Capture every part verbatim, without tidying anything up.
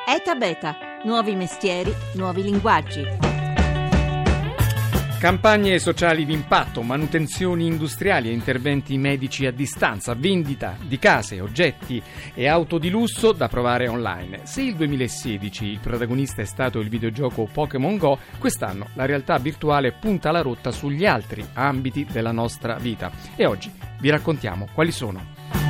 ETA Beta, nuovi mestieri, nuovi linguaggi. Campagne sociali d'impatto, manutenzioni industriali e interventi medici a distanza, vendita di case, oggetti e auto di lusso da provare online. Se il duemilasedici il protagonista è stato il videogioco Pokémon Go, quest'anno la realtà virtuale punta la rotta sugli altri ambiti della nostra vita. E oggi vi raccontiamo quali sono.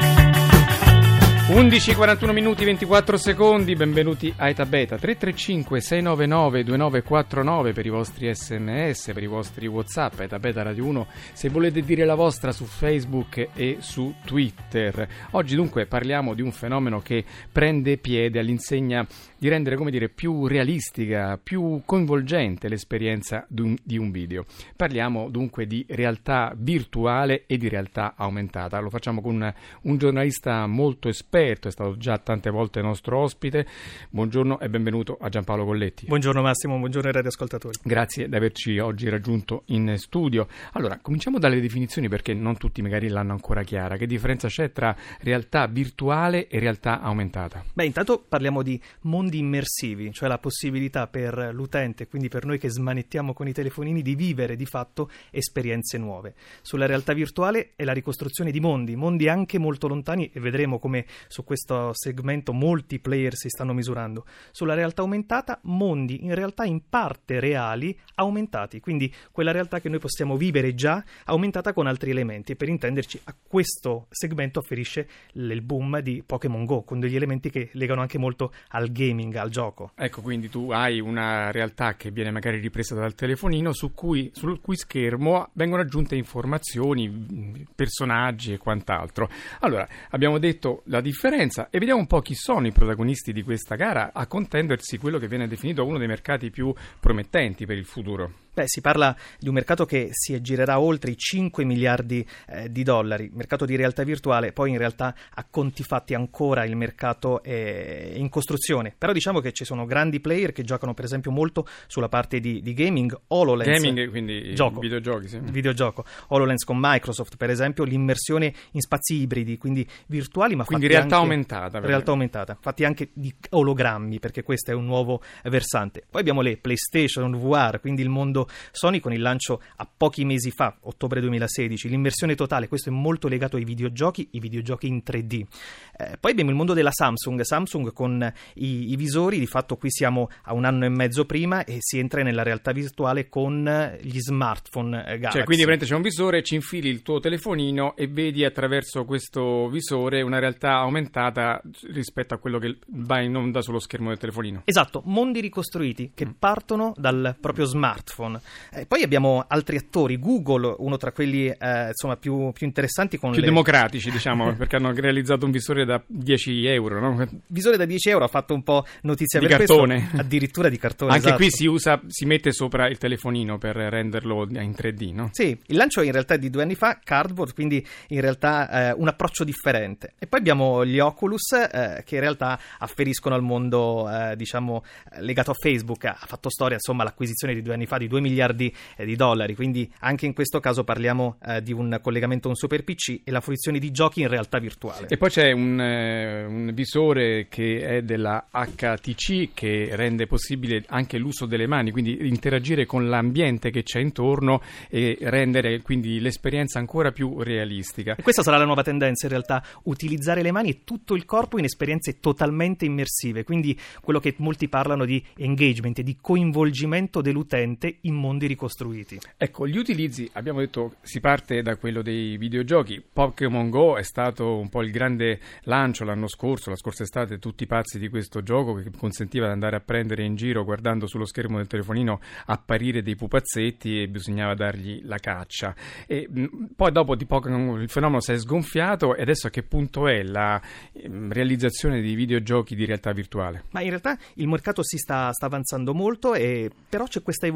undici e quarantuno minuti ventiquattro secondi, benvenuti a ETA Beta. Tre tre cinque sei nove nove due nove quattro nove per i vostri sms, per i vostri WhatsApp. ETA Beta Radio uno se volete dire la vostra su Facebook e su Twitter. Oggi dunque parliamo di un fenomeno che prende piede all'insegna di rendere, come dire, più realistica, più coinvolgente l'esperienza di un video. Parliamo dunque di realtà virtuale e di realtà aumentata. Lo facciamo con un, un giornalista molto esperto, è stato già tante volte nostro ospite. Buongiorno e benvenuto a Giampaolo Colletti. Buongiorno Massimo, buongiorno ai radioascoltatori. Grazie di averci oggi raggiunto in studio. Allora, cominciamo dalle definizioni perché non tutti magari l'hanno ancora chiara. Che differenza c'è tra realtà virtuale e realtà aumentata? Beh, intanto parliamo di mondi immersivi, cioè la possibilità per l'utente, quindi per noi che smanettiamo con i telefonini, di vivere di fatto esperienze nuove. Sulla realtà virtuale è la ricostruzione di mondi, mondi anche molto lontani, e vedremo come su questo segmento molti player si stanno misurando. Sulla realtà aumentata, mondi in realtà in parte reali aumentati, quindi quella realtà che noi possiamo vivere già aumentata con altri elementi, e per intenderci a questo segmento afferisce il boom di Pokémon Go, con degli elementi che legano anche molto al gaming, al gioco. Ecco, quindi tu hai una realtà che viene magari ripresa dal telefonino, su cui, sul cui schermo vengono aggiunte informazioni, personaggi e quant'altro. Allora, abbiamo detto la differenza e vediamo un po' chi sono i protagonisti di questa gara a contendersi quello che viene definito uno dei mercati più promettenti per il futuro. Beh, si parla di un mercato che si aggirerà oltre i cinque miliardi eh, di dollari, mercato di realtà virtuale. Poi in realtà a conti fatti ancora il mercato è in costruzione, però diciamo che ci sono grandi player che giocano per esempio molto sulla parte di, di gaming. HoloLens, gaming quindi gioco, videogiochi, sì. videogioco HoloLens con Microsoft per esempio, l'immersione in spazi ibridi, quindi virtuali ma quindi fatti realtà anche, aumentata realtà aumentata, fatti anche di ologrammi, perché questo è un nuovo versante. Poi abbiamo le PlayStation V R, quindi il mondo Sony con il lancio a pochi mesi fa, ottobre duemilasedici, l'immersione totale. Questo è molto legato ai videogiochi, i videogiochi in tre D. Eh, poi abbiamo il mondo della Samsung, Samsung con i, i visori. Di fatto qui siamo a un anno e mezzo prima e si entra nella realtà virtuale con gli smartphone eh, Galaxy. Cioè, quindi c'è un visore, ci infili il tuo telefonino e vedi attraverso questo visore una realtà aumentata rispetto a quello che va in onda sullo schermo del telefonino. Esatto, mondi ricostruiti che mm. partono dal proprio smartphone. Eh, poi abbiamo altri attori, Google, uno tra quelli eh, insomma più, più interessanti, con più le... democratici, diciamo, perché hanno realizzato un visore da dieci euro, no? Visore da dieci euro, ha fatto un po' notizia di per cartone. Questo, addirittura di cartone. Anche esatto. qui si usa, si mette sopra il telefonino per renderlo in tre D, no? Sì, il lancio in realtà è di due anni fa, Cardboard, quindi in realtà eh, un approccio differente. E poi abbiamo gli Oculus eh, che in realtà afferiscono al mondo eh, diciamo legato a Facebook. Ha fatto storia insomma l'acquisizione di due anni fa di due miliardi di dollari, quindi anche in questo caso parliamo eh, di un collegamento a un super P C e la fruizione di giochi in realtà virtuale. E poi c'è un, eh, un visore che è della H T C che rende possibile anche l'uso delle mani, quindi interagire con l'ambiente che c'è intorno e rendere quindi l'esperienza ancora più realistica. E questa sarà la nuova tendenza in realtà, utilizzare le mani e tutto il corpo in esperienze totalmente immersive, quindi quello che molti parlano di engagement e di coinvolgimento dell'utente in mondi ricostruiti. Ecco, gli utilizzi, abbiamo detto, si parte da quello dei videogiochi. Pokémon Go è stato un po' il grande lancio l'anno scorso, la scorsa estate, tutti pazzi di questo gioco che consentiva di andare a prendere in giro, guardando sullo schermo del telefonino, apparire dei pupazzetti e bisognava dargli la caccia. E mh, poi dopo di Pokémon il fenomeno si è sgonfiato, e adesso a che punto è la mh, realizzazione di videogiochi di realtà virtuale? Ma in realtà il mercato si sta, sta avanzando molto, e però c'è questa evoluzione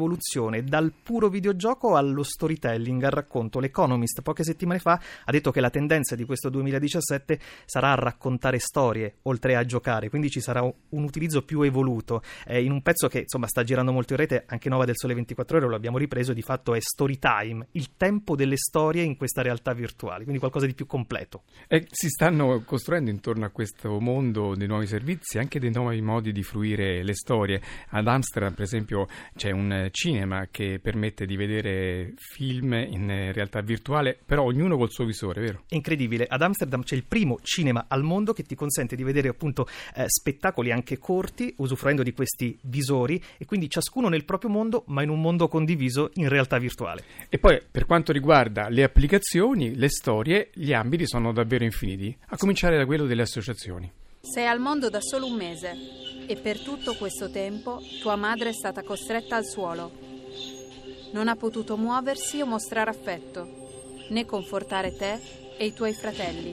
l'immersione, dal puro videogioco allo storytelling, al racconto. L'Economist poche settimane fa ha detto che la tendenza di questo duemiladiciassette sarà a raccontare storie oltre a giocare, quindi ci sarà un utilizzo più evoluto. Eh, in un pezzo che insomma sta girando molto in rete, anche Nova del Sole ventiquattro Ore, lo abbiamo ripreso, di fatto è story time, il tempo delle storie in questa realtà virtuale, quindi qualcosa di più completo. E si stanno costruendo intorno a questo mondo dei nuovi servizi, anche dei nuovi modi di fruire le storie. Ad Amsterdam, per esempio, c'è un cinema che permette di vedere film in realtà virtuale, però ognuno col suo visore, vero? È incredibile. Ad Amsterdam c'è il primo cinema al mondo che ti consente di vedere appunto eh, spettacoli anche corti, usufruendo di questi visori, e quindi ciascuno nel proprio mondo, ma in un mondo condiviso in realtà virtuale. E poi, per quanto riguarda le applicazioni, le storie, gli ambiti sono davvero infiniti, a cominciare da quello delle associazioni. Sei al mondo da solo un mese e per tutto questo tempo tua madre è stata costretta al suolo. Non ha potuto muoversi o mostrare affetto, né confortare te e i tuoi fratelli,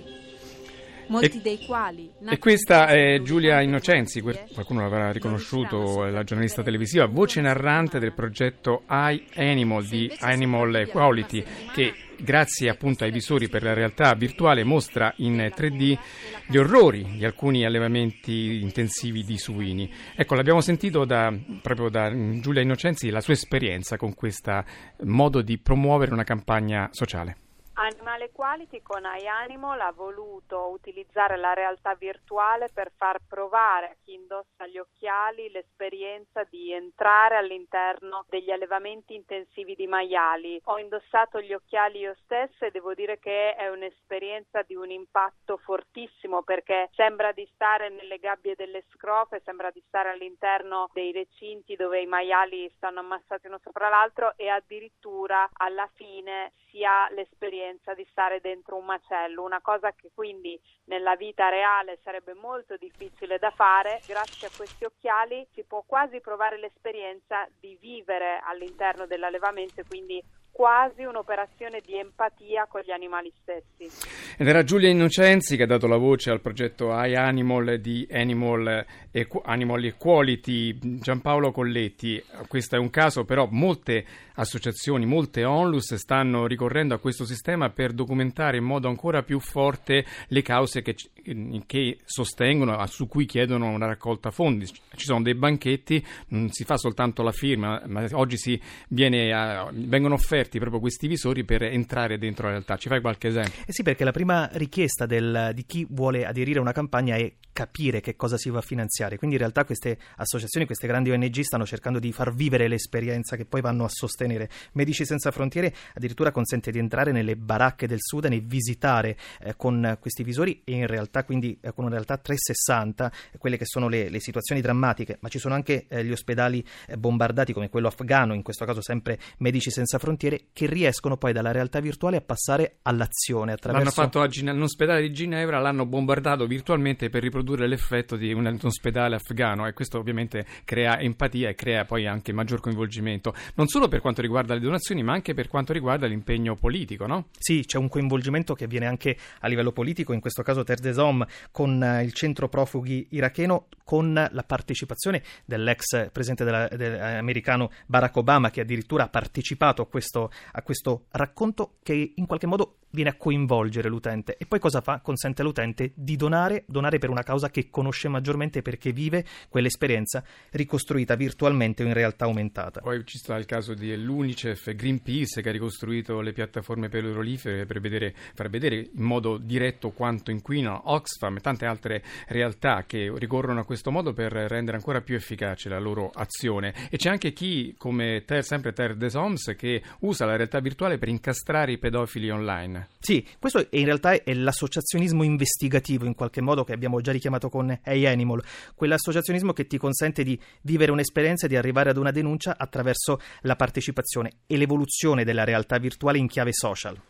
molti e, dei quali... E questa è Giulia Innocenzi, qualcuno l'avrà riconosciuto, la giornalista televisiva, voce narrante del progetto iAnimal di Animal Equality, che grazie appunto ai visori per la realtà virtuale mostra in tre D gli orrori di alcuni allevamenti intensivi di suini. Ecco, l'abbiamo sentito da, proprio da Giulia Innocenzi, la sua esperienza con questo modo di promuovere una campagna sociale. Animal Equality con iAnimal ha voluto utilizzare la realtà virtuale per far provare a chi indossa gli occhiali l'esperienza di entrare all'interno degli allevamenti intensivi di maiali. Ho indossato gli occhiali io stessa e devo dire che è un'esperienza di un impatto fortissimo, perché sembra di stare nelle gabbie delle scrofe, sembra di stare all'interno dei recinti dove i maiali stanno ammassati uno sopra l'altro, e addirittura alla fine si ha l'esperienza di stare dentro un macello, una cosa che quindi nella vita reale sarebbe molto difficile da fare. Grazie a questi occhiali si può quasi provare l'esperienza di vivere all'interno dell'allevamento, e quindi quasi un'operazione di empatia con gli animali stessi. Ed era Giulia Innocenzi che ha dato la voce al progetto iAnimal di Animal, Equ- Animal Equality. Giampaolo Colletti, questo è un caso, però molte associazioni, molte onlus stanno ricorrendo a questo sistema per documentare in modo ancora più forte le cause che, che sostengono, su cui chiedono una raccolta fondi. Ci sono dei banchetti, non si fa soltanto la firma, ma oggi si viene a, vengono offerti proprio questi visori per entrare dentro la realtà. Ci fai qualche esempio? Eh sì, perché la prima richiesta del, di chi vuole aderire a una campagna è capire che cosa si va a finanziare. Quindi in realtà queste associazioni, queste grandi O N G stanno cercando di far vivere l'esperienza che poi vanno a sostenere. Medici Senza Frontiere addirittura consente di entrare nelle baracche del Sudan e visitare eh, con questi visori, e in realtà quindi eh, con una realtà trecentosessanta eh, quelle che sono le, le situazioni drammatiche, ma ci sono anche eh, gli ospedali eh, bombardati come quello afghano, in questo caso sempre Medici Senza Frontiere, che riescono poi dalla realtà virtuale a passare all'azione attraverso... L'hanno fatto a Gine- all'ospedale di Ginevra, l'hanno bombardato virtualmente per riprodurre l'effetto di un, un ospedale afghano, e questo ovviamente crea empatia e crea poi anche maggior coinvolgimento, non solo per quanto riguarda le donazioni ma anche per quanto riguarda l'impegno politico, no? Sì, c'è un coinvolgimento che avviene anche a livello politico, in questo caso Terre des Hommes con uh, il centro profughi iracheno, con la partecipazione dell'ex presidente della, del, eh, americano Barack Obama, che addirittura ha partecipato a questo, a questo racconto che in qualche modo viene a coinvolgere l'utente. E poi cosa fa? Consente all'utente di donare, donare per una causa che conosce maggiormente, perché vive quell'esperienza ricostruita virtualmente o in realtà aumentata. Poi ci sta il caso dell'Unicef, Greenpeace, che ha ricostruito le piattaforme petrolifere per vedere, far vedere in modo diretto quanto inquinano, Oxfam e tante altre realtà che ricorrono a questo modo per rendere ancora più efficace la loro azione. E c'è anche chi, come te, sempre Terre des Hommes, che usa la realtà virtuale per incastrare i pedofili online. Sì, questo in realtà è l'associazionismo investigativo, in qualche modo, che abbiamo già richiamato con iAnimal, quell'associazionismo che ti consente di vivere un'esperienza e di arrivare ad una denuncia attraverso la partecipazione e l'evoluzione della realtà virtuale in chiave social.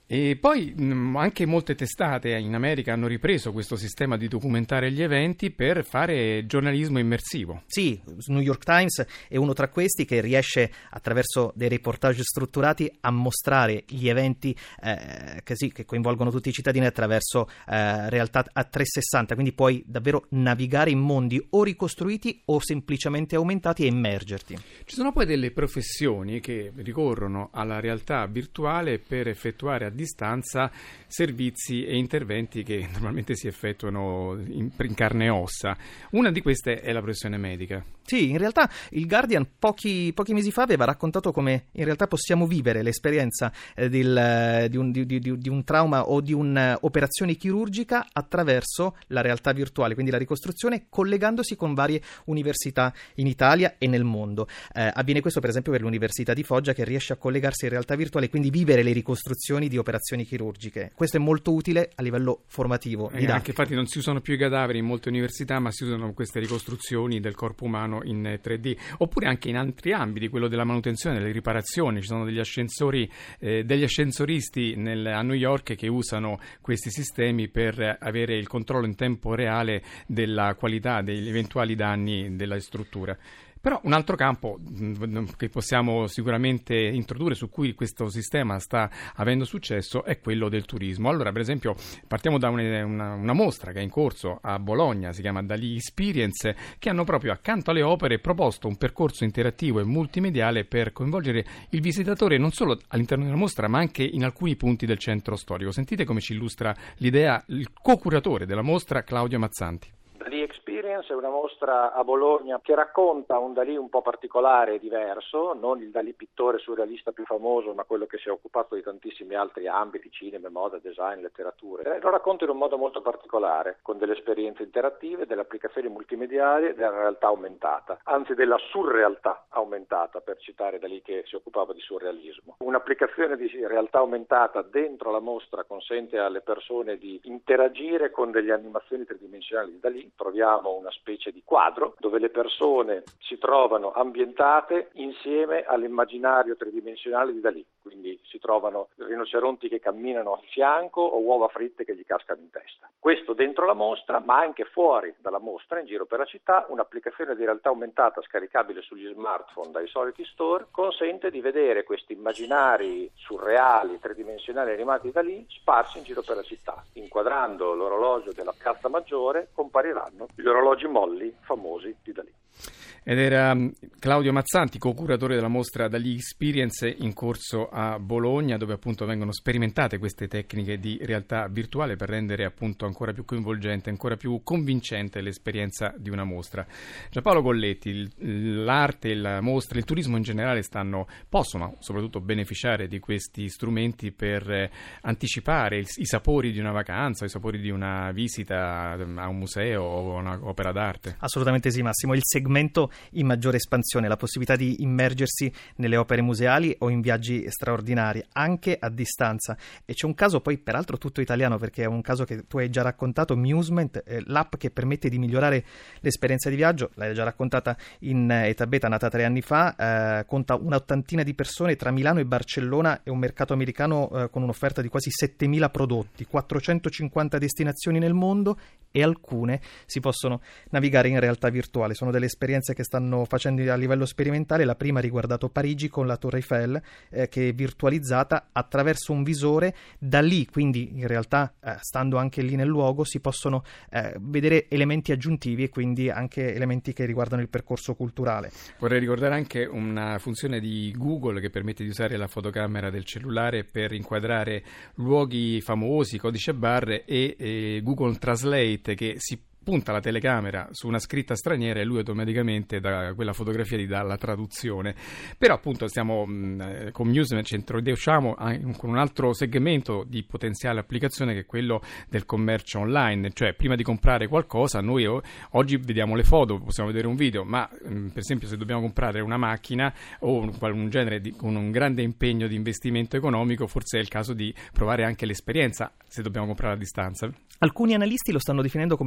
E poi mh, anche molte testate in America hanno ripreso questo sistema di documentare gli eventi per fare giornalismo immersivo. Sì, New York Times è uno tra questi che riesce attraverso dei reportage strutturati a mostrare gli eventi eh, che, sì, che coinvolgono tutti i cittadini attraverso eh, realtà a trecentosessanta, quindi puoi davvero navigare in mondi o ricostruiti o semplicemente aumentati e immergerti. Ci sono poi delle professioni che ricorrono alla realtà virtuale per effettuare a distanza servizi e interventi che normalmente si effettuano in, in carne e ossa. Una di queste è la professione medica. Sì, in realtà il Guardian pochi, pochi mesi fa aveva raccontato come in realtà possiamo vivere l'esperienza eh, del, di, un, di, di, di un trauma o di un'operazione chirurgica attraverso la realtà virtuale, quindi la ricostruzione, collegandosi con varie università in Italia e nel mondo. Eh, avviene questo per esempio per l'Università di Foggia, che riesce a collegarsi in realtà virtuale e quindi vivere le ricostruzioni di operazioni chirurgiche. Questo è molto utile a livello formativo. Eh, anche infatti non si usano più i cadaveri in molte università, ma si usano queste ricostruzioni del corpo umano in tre D, oppure anche in altri ambiti, quello della manutenzione, delle riparazioni. Ci sono degli ascensori, eh, degli ascensoristi nel, a New York che usano questi sistemi per avere il controllo in tempo reale della qualità degli eventuali danni della struttura. Però un altro campo che possiamo sicuramente introdurre, su cui questo sistema sta avendo successo, è quello del turismo. Allora, per esempio, partiamo da una, una, una mostra che è in corso a Bologna, si chiama Dalì Experience, che hanno proprio accanto alle opere proposto un percorso interattivo e multimediale per coinvolgere il visitatore non solo all'interno della mostra, ma anche in alcuni punti del centro storico. Sentite come ci illustra l'idea il co-curatore della mostra, Claudio Mazzanti. Dalì Experience è una mostra a Bologna che racconta un Dalì un po' particolare e diverso, non il Dalì pittore surrealista più famoso, ma quello che si è occupato di tantissimi altri ambiti, cinema, moda, design, letteratura. Lo racconta in un modo molto particolare, con delle esperienze interattive, delle applicazioni multimediali e della realtà aumentata, anzi della surrealtà aumentata, per citare Dalì che si occupava di surrealismo. Un'applicazione di realtà aumentata dentro la mostra consente alle persone di interagire con delle animazioni tridimensionali di Dalì. Troviamo una specie di quadro dove le persone si trovano ambientate insieme all'immaginario tridimensionale di Dalì, quindi si trovano rinoceronti che camminano a fianco o uova fritte che gli cascano in testa. Questo dentro la mostra, ma anche fuori dalla mostra, in giro per la città, un'applicazione di realtà aumentata scaricabile sugli smartphone dai soliti store consente di vedere questi immaginari surreali, tridimensionali animati di Dalì sparsi in giro per la città. Inquadrando l'orologio della Piazza Maggiore compariranno gli orologi molli famosi di Dalì. Ed era Claudio Mazzanti, co-curatore della mostra Dalì Experience in corso a Bologna, dove appunto vengono sperimentate queste tecniche di realtà virtuale per rendere appunto ancora più coinvolgente, ancora più convincente l'esperienza di una mostra. Giampaolo Colletti, l'arte, la mostra, il turismo in generale stanno, possono soprattutto beneficiare di questi strumenti per anticipare il, i sapori di una vacanza, i sapori di una visita a un museo o a un'opera d'arte. Assolutamente sì, Massimo. Il segmento in maggiore espansione, la possibilità di immergersi nelle opere museali o in viaggi straordinari, anche a distanza. E c'è un caso poi peraltro tutto italiano, perché è un caso che tu hai già raccontato, Musement, eh, l'app che permette di migliorare l'esperienza di viaggio, l'hai già raccontata in Eta Beta, nata tre anni fa, eh, conta un'ottantina di persone tra Milano e Barcellona e un mercato americano eh, con un'offerta di quasi settemila prodotti, quattrocentocinquanta destinazioni nel mondo, e alcune si possono navigare in realtà virtuale. Sono delle esperienze che stanno facendo a livello sperimentale. La prima ha riguardato Parigi con la Torre Eiffel, eh, che è virtualizzata attraverso un visore. Da lì, quindi in realtà eh, stando anche lì nel luogo, si possono eh, vedere elementi aggiuntivi e quindi anche elementi che riguardano il percorso culturale. Vorrei ricordare anche una funzione di Google che permette di usare la fotocamera del cellulare per inquadrare luoghi famosi, codice barre, e, e Google Translate che si punta la telecamera su una scritta straniera e lui automaticamente da quella fotografia gli dà la traduzione. Però appunto stiamo mh, con Musement ci introduciamo con un altro segmento di potenziale applicazione, che è quello del commercio online. Cioè, prima di comprare qualcosa noi o- oggi vediamo le foto, possiamo vedere un video, ma mh, per esempio se dobbiamo comprare una macchina o un, un genere di, con un grande impegno di investimento economico, forse è il caso di provare anche l'esperienza se dobbiamo comprare a distanza. Alcuni analisti lo stanno definendo come social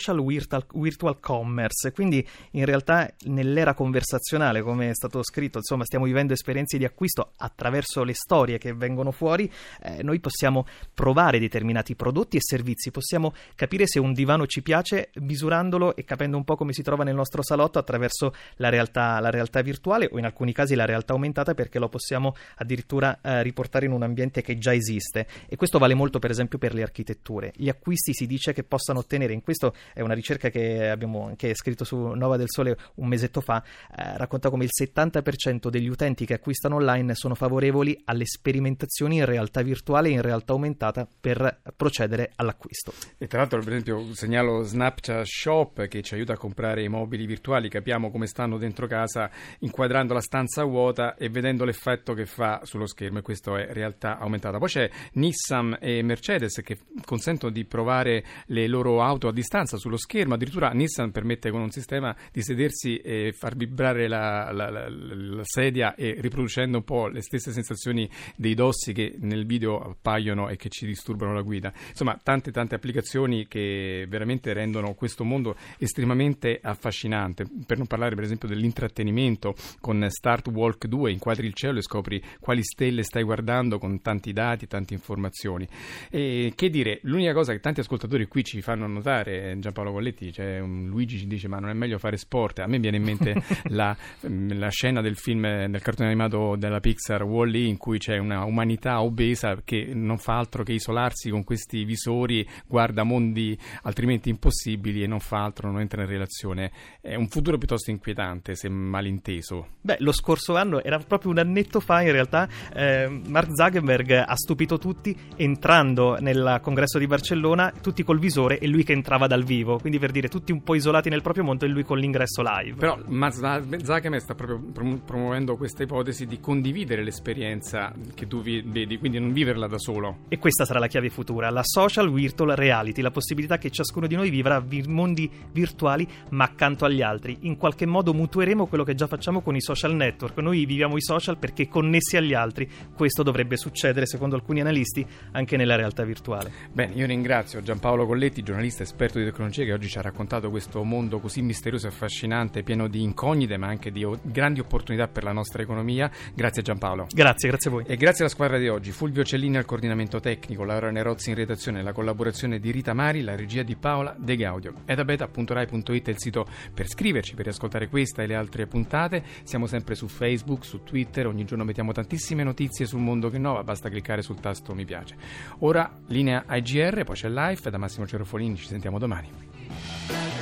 social virtual, virtual commerce, quindi in realtà nell'era conversazionale, come è stato scritto, insomma stiamo vivendo esperienze di acquisto attraverso le storie che vengono fuori. Eh, noi possiamo provare determinati prodotti e servizi, possiamo capire se un divano ci piace misurandolo e capendo un po' come si trova nel nostro salotto attraverso la realtà, la realtà virtuale, o in alcuni casi la realtà aumentata, perché lo possiamo addirittura eh, riportare in un ambiente che già esiste. E questo vale molto per esempio per le architetture. Gli acquisti si dice che possano ottenere, in questo è una ricerca che abbiamo anche scritto su Nova del Sole un mesetto fa, eh, racconta come il settanta per cento degli utenti che acquistano online sono favorevoli alle sperimentazioni in realtà virtuale e in realtà aumentata per procedere all'acquisto. E tra l'altro, per esempio, segnalo Snapchat Shop che ci aiuta a comprare i mobili virtuali, capiamo come stanno dentro casa inquadrando la stanza vuota e vedendo l'effetto che fa sullo schermo, e questo è realtà aumentata. Poi c'è Nissan e Mercedes che consentono di provare le loro auto a distanza sullo schermo, addirittura Nissan permette con un sistema di sedersi e far vibrare la, la, la, la sedia, e riproducendo un po' le stesse sensazioni dei dossi che nel video appaiono e che ci disturbano la guida. Insomma, tante tante applicazioni che veramente rendono questo mondo estremamente affascinante, per non parlare per esempio dell'intrattenimento con Start Walk due, inquadri il cielo e scopri quali stelle stai guardando con tanti dati, tante informazioni. E che dire, l'unica cosa che tanti ascoltatori qui ci fanno notare, Giampaolo Colletti, cioè un Luigi ci dice ma non è meglio fare sport? A me viene in mente la, la scena del film, del cartone animato della Pixar Wall-E, in cui c'è una umanità obesa che non fa altro che isolarsi con questi visori, guarda mondi altrimenti impossibili e non fa altro, non entra in relazione. È un futuro piuttosto inquietante, se malinteso. Beh, lo scorso anno, era proprio un annetto fa in realtà, eh, Mark Zuckerberg ha stupito tutti entrando nel congresso di Barcellona, tutti col visore e lui che entrava dal vivo, quindi per dire tutti un po' isolati nel proprio mondo e lui con l'ingresso live. Però Mark Zuckerberg sta proprio promuovendo questa ipotesi di condividere l'esperienza che tu vedi, quindi non viverla da solo. E questa sarà la chiave futura, la social virtual reality, la possibilità che ciascuno di noi vivrà vi- mondi virtuali ma accanto agli altri. In qualche modo mutueremo quello che già facciamo con i social network. Noi viviamo i social perché connessi agli altri. Questo dovrebbe succedere, secondo alcuni analisti, anche nella realtà virtuale. Bene, io ringrazio Giampaolo Colletti, giornalista esperto di tecnologia, che oggi ci ha raccontato questo mondo così misterioso e affascinante, pieno di incognite ma anche di grandi opportunità per la nostra economia. Grazie Giampaolo. Grazie, grazie a voi. E grazie alla squadra di oggi: Fulvio Cellini al coordinamento tecnico, Laura Nerozzi in redazione, la collaborazione di Rita Mari, la regia di Paola De Gaudio. etabeta punto rai punto it è il sito per scriverci, per riascoltare questa e le altre puntate. Siamo sempre su Facebook, su Twitter, ogni giorno mettiamo tantissime notizie sul mondo che innova, basta cliccare sul tasto mi piace. Ora linea I G R, poi c'è Life, da Massimo Cerofolini, ci sentiamo domani.